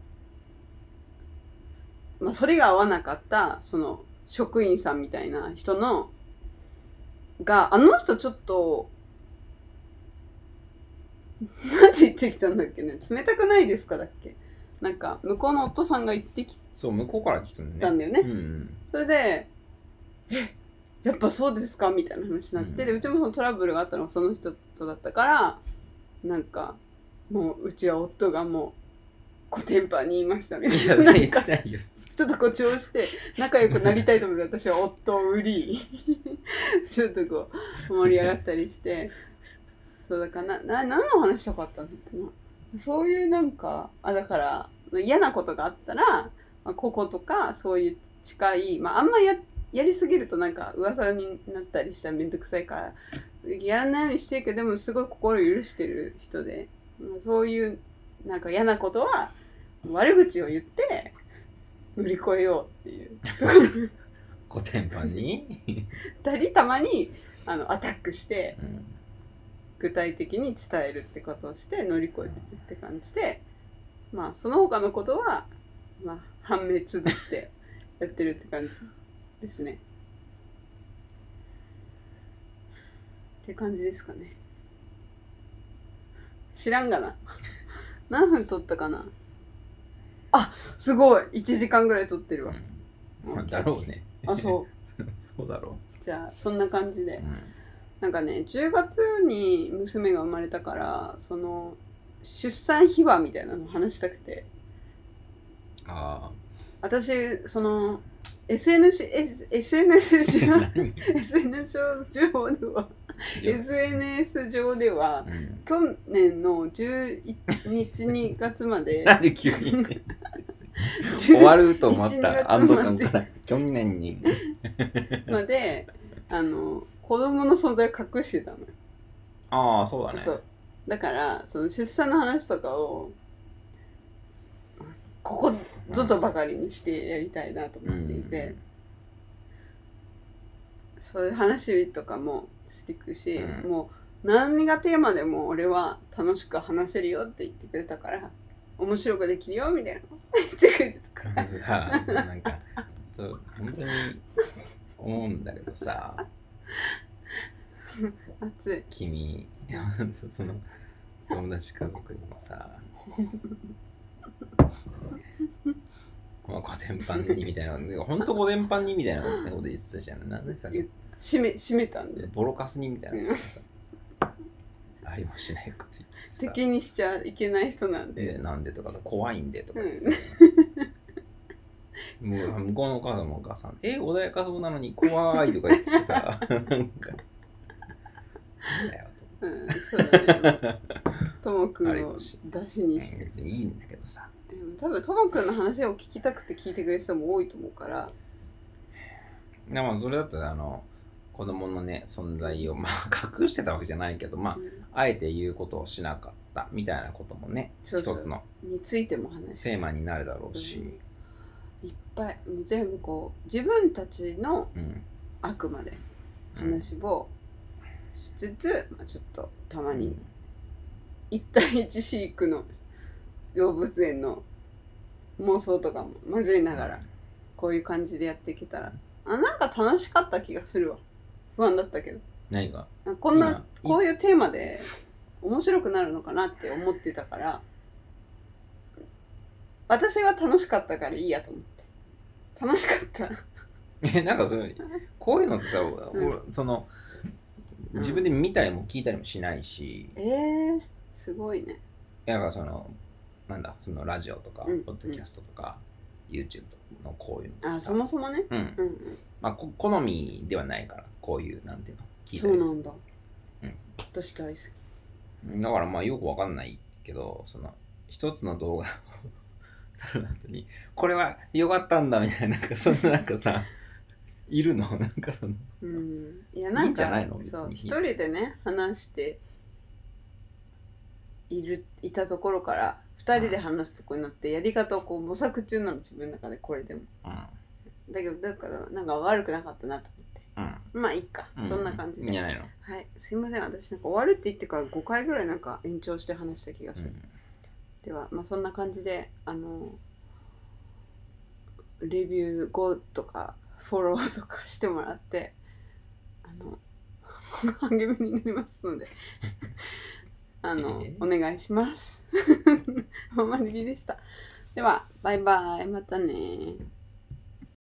まあそれが合わなかったその職員さんみたいな人のがあの人ちょっとなんて言ってきたんだっけね冷たくないですかだっけなんか向こうの夫さんが言ってきそう向こうから来たんだよね、うんうん、それでえやっぱそうですかみたいな話になって、うん、でうちもそのトラブルがあったのがその人とだったからなんかもううちは夫がもうコテンパンに言いましたみたいな、なんかちょっと誇張して仲良くなりたいと思って私は夫を売りちょっとこう盛り上がったりしてそうだからなな何の話したかったんだってなそういうなんかあだから嫌なことがあったら、まあ、こことかそういう近い、まあ、あんまややりすぎるとなんか噂になったりしたらめんどくさいからやらないようにしてるけどでもすごい心許してる人で、まあ、そういうなんか嫌なことは悪口を言って乗り越えようっていうところコテンパンにふたりたまにあのアタックして、うん、具体的に伝えるってことをして乗り越えてるって感じでまあその他のことはまあ半目つぶってやってるって感じですねって感じですかね。知らんがな何分撮ったかなあすごいいちじかんぐらい撮ってるわ、 うん、だろうねあそうそうだろう。じゃあそんな感じで、 うん、 なんかねじゅうがつに娘が生まれたからその出産秘話みたいなの話したくて。 ああ。 私その エスエヌエス, エスエヌエス 上 エスエヌエス 上ではエスエヌエス 上では、うん、去年のじゅういちにがつまでなんで急に終わると思った安堵感から去年にまであの子供の存在を隠してたのよ。 ああそうだね。 そうだからその出産の話とかをここぞとばかりにしてやりたいなと思っていて、うん、そういう話とかもしていくし、うん、もう何がテーマでも俺は楽しく話せるよって言ってくれたから面白くできるよみたいな言ってくれてたからさそうなんかそう本当に思うんだけどさ熱い君その友達家族にもさまあ、コテンパンにみたいな、本当コテンパンにみたいなこと言ってたじゃん。なんでさ、 閉め、閉めたんで。 ボロカスにみたいなさ。ありもしないこと言ってさ。敵にしちゃいけない人なんで。 でなんでとか、怖いんでとか、うん。もう向こうのお母さんもお母さん、え、穏やかそうなのに怖いとか言ってさ、なんか、なんだよと。うん、そうだね。 ともくんを出しにして。 別にいいんだけどさ。 多分ともくんの話を聞きたくて聞いてくれる人も多いと思うから。 まあそれだったらあの子供のね存在をまあ隠してたわけじゃないけどまあ、うん、あえて言うことをしなかったみたいなこともね一つのについても話してテーマになるだろうし、 うん、いっぱいもう全部こう自分たちのあくまで話をしつつ、うんまあ、ちょっとたまにいち対いち飼育の動物園の妄想とかも交えながらこういう感じでやっていけたらあなんか楽しかった気がするわ。不安だったけど何がこんなこういうテーマで面白くなるのかなって思ってたから私は楽しかったからいいやと思って楽しかったえなんかそれこういうのってさ、うん、その自分で見たりも聞いたりもしないし、 うん、えー、すごいね。 だからそのなんだそのラジオとか、うん、ポッドキャストとか、うん、YouTube のこういうのあそもそもね、 うんうんうん、まあ好みではないからこういうなんていうの聞いたりする。 そうなんだ、うん、私大好きだからまあよくわかんないけどその一つの動画を撮る後にこれは良かったんだみたいななんかそんななんかさいるのなんかその、 うん、いやなんかいいんじゃないの別にそう一人でね話しているいたところからふたりで話すとこになってやり方をこう模索中なの自分の中でこれでも、うん、だけどだからなんか悪くなかったなと思って、うん、まあいいか、うん、そんな感じでいいんじゃないの。はいすいません私なんか終わるって言ってからごかいぐらいなんか延長して話した気がする、うん、ではまあそんな感じであのレビュー後とかフォローとかしてもらってあの励みになりますのであの、えー、お願いしますママリリでした。ではバイバイまたね。